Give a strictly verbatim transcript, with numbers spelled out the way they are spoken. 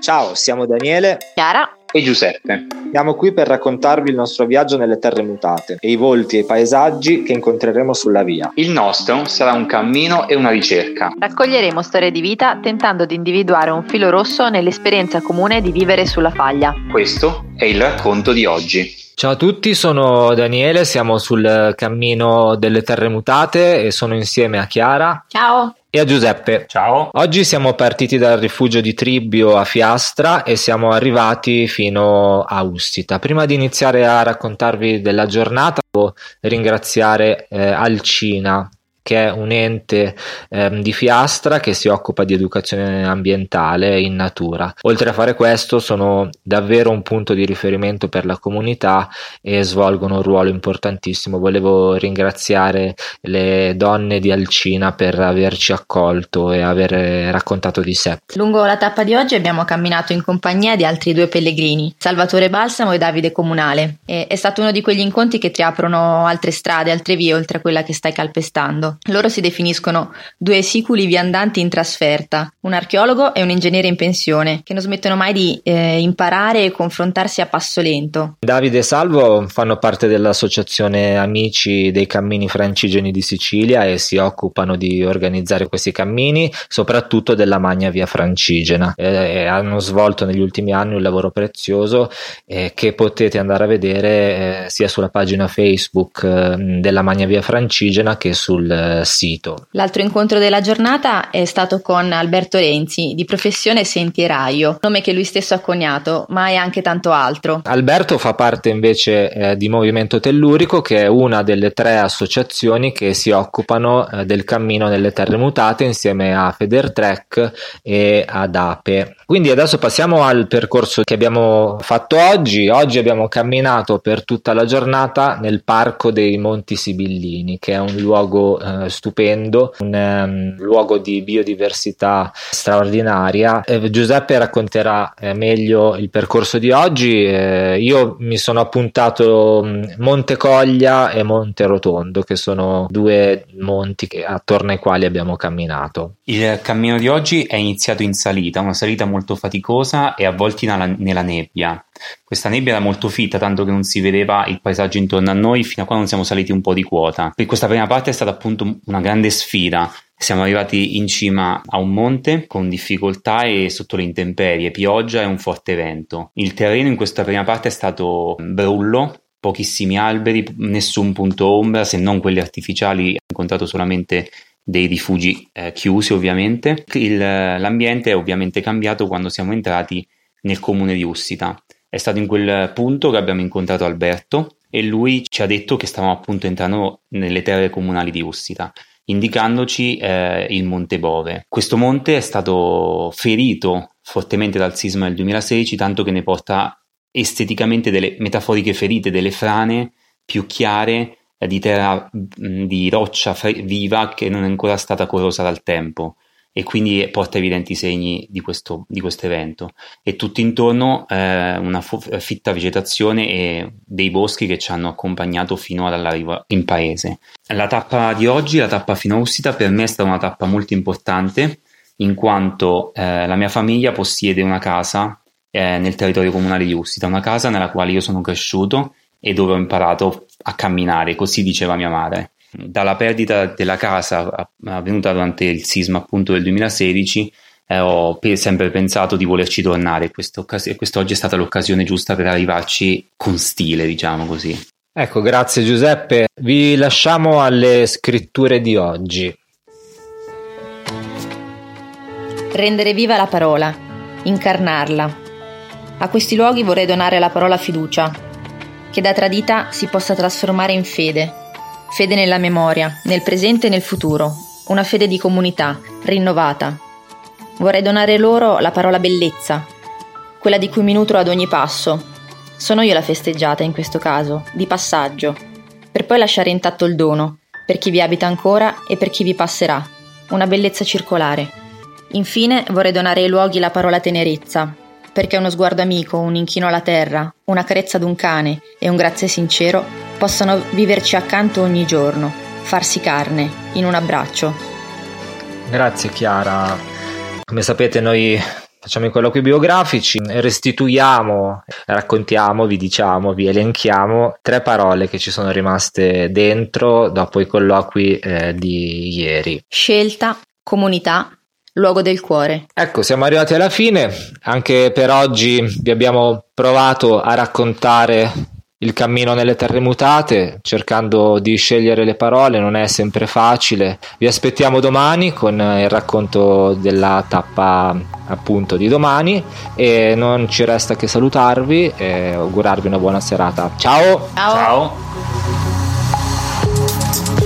Ciao, siamo Daniele, Chiara e Giuseppe. Siamo qui per raccontarvi il nostro viaggio nelle terre mutate e i volti e i paesaggi che incontreremo sulla via. Il nostro sarà un cammino e una ricerca. Raccoglieremo storie di vita tentando di individuare un filo rosso nell'esperienza comune di vivere sulla faglia. Questo è il racconto di oggi. Ciao a tutti, sono Daniele, siamo sul cammino delle terre mutate e sono insieme a Chiara. Ciao! E a Giuseppe. Ciao. Oggi siamo partiti dal rifugio di Tribbio a Fiastra e siamo arrivati fino a Ustita. Prima di iniziare a raccontarvi della giornata, devo ringraziare eh, Alcina, che è un ente ehm, di Fiastra che si occupa di educazione ambientale in natura. Oltre a fare questo, sono davvero un punto di riferimento per la comunità e svolgono un ruolo importantissimo. Volevo ringraziare le donne di Alcina per averci accolto e aver raccontato di sé. Lungo la tappa di oggi abbiamo camminato in compagnia di altri due pellegrini, Salvatore Balsamo e Davide Comunale. E è stato uno di quegli incontri che ti aprono altre strade, altre vie oltre a quella che stai calpestando. Loro si definiscono due siculi viandanti in trasferta, un archeologo e un ingegnere in pensione, che non smettono mai di eh, imparare e confrontarsi a passo lento. Davide e Salvo fanno parte dell'associazione Amici dei Cammini Francigeni di Sicilia e si occupano di organizzare questi cammini, soprattutto della Magna Via Francigena. E, e hanno svolto negli ultimi anni un lavoro prezioso eh, che potete andare a vedere eh, sia sulla pagina Facebook eh, della Magna Via Francigena che sul sito. L'altro incontro della giornata è stato con Alberto Renzi, di professione sentieraio, nome che lui stesso ha coniato, ma è anche tanto altro. Alberto fa parte invece eh, di Movimento Tellurico, che è una delle tre associazioni che si occupano eh, del cammino nelle terre mutate insieme a Federtrek e ad Ape. Quindi adesso passiamo al percorso che abbiamo fatto oggi. Oggi abbiamo camminato per tutta la giornata nel Parco dei Monti Sibillini, che è un luogo eh, stupendo, un um, luogo di biodiversità straordinaria. Eh, Giuseppe racconterà eh, meglio il percorso di oggi. Eh, io mi sono appuntato um, Monte Coglia e Monte Rotondo, che sono due monti che, attorno ai quali abbiamo camminato. Il cammino di oggi è iniziato in salita, una salita molto faticosa e avvolti nella, nella nebbia. Questa nebbia era molto fitta, tanto che non si vedeva il paesaggio intorno a noi fino a quando non siamo saliti un po' di quota. Per questa prima parte è stata appunto una grande sfida. Siamo arrivati in cima a un monte con difficoltà e sotto le intemperie, pioggia e un forte vento. Il terreno in questa prima parte è stato brullo, pochissimi alberi, nessun punto ombra se non quelli artificiali. Ho incontrato solamente dei rifugi eh, chiusi, ovviamente. Il, l'ambiente è ovviamente cambiato quando siamo entrati nel comune di Ustita. È stato in quel punto che abbiamo incontrato Alberto e lui ci ha detto che stavamo appunto entrando nelle terre comunali di Ustita, indicandoci eh, il Monte Bove. Questo monte è stato ferito fortemente dal sisma del duemilasedici, tanto che ne porta esteticamente delle metaforiche ferite, delle frane più chiare eh, di terra, di roccia fre- viva che non è ancora stata corrosa dal tempo, e quindi porta evidenti segni di questo di questo evento, e tutto intorno eh, una f- fitta vegetazione e dei boschi che ci hanno accompagnato fino all'arrivo in paese. La tappa di oggi, la tappa fino a Ustita, per me è stata una tappa molto importante, in quanto eh, la mia famiglia possiede una casa eh, nel territorio comunale di Ustita, una casa nella quale io sono cresciuto e dove ho imparato a camminare, così diceva mia madre. Dalla perdita della casa avvenuta durante il sisma appunto del duemilasedici eh, ho pe- sempre pensato di volerci tornare, e quest'oggi è stata l'occasione giusta per arrivarci con stile, diciamo così. Ecco, grazie Giuseppe. Vi lasciamo alle scritture di oggi. Rendere viva la parola, incarnarla. A questi luoghi vorrei donare la parola fiducia, che da tradita si possa trasformare in fede. Fede nella memoria, nel presente e nel futuro, una fede di comunità, rinnovata. Vorrei donare loro la parola bellezza, quella di cui mi nutro ad ogni passo. Sono io la festeggiata in questo caso, di passaggio, per poi lasciare intatto il dono, per chi vi abita ancora e per chi vi passerà, una bellezza circolare. Infine vorrei donare ai luoghi la parola tenerezza, perché uno sguardo amico, un inchino alla terra, una carezza ad un cane e un grazie sincero possano viverci accanto ogni giorno, farsi carne, in un abbraccio. Grazie Chiara. Come sapete noi Facciamo i colloqui biografici, restituiamo, raccontiamo, vi diciamo, vi elenchiamo tre parole che ci sono rimaste dentro dopo i colloqui eh, di ieri. Scelta, comunità, luogo del cuore. Ecco, siamo arrivati alla fine. Anche per oggi vi abbiamo provato a raccontare il cammino nelle terre mutate, cercando di scegliere le parole. Non è sempre facile. Vi aspettiamo domani con il racconto della tappa appunto di domani e non ci resta che salutarvi e augurarvi una buona serata. Ciao! Ciao! Ciao.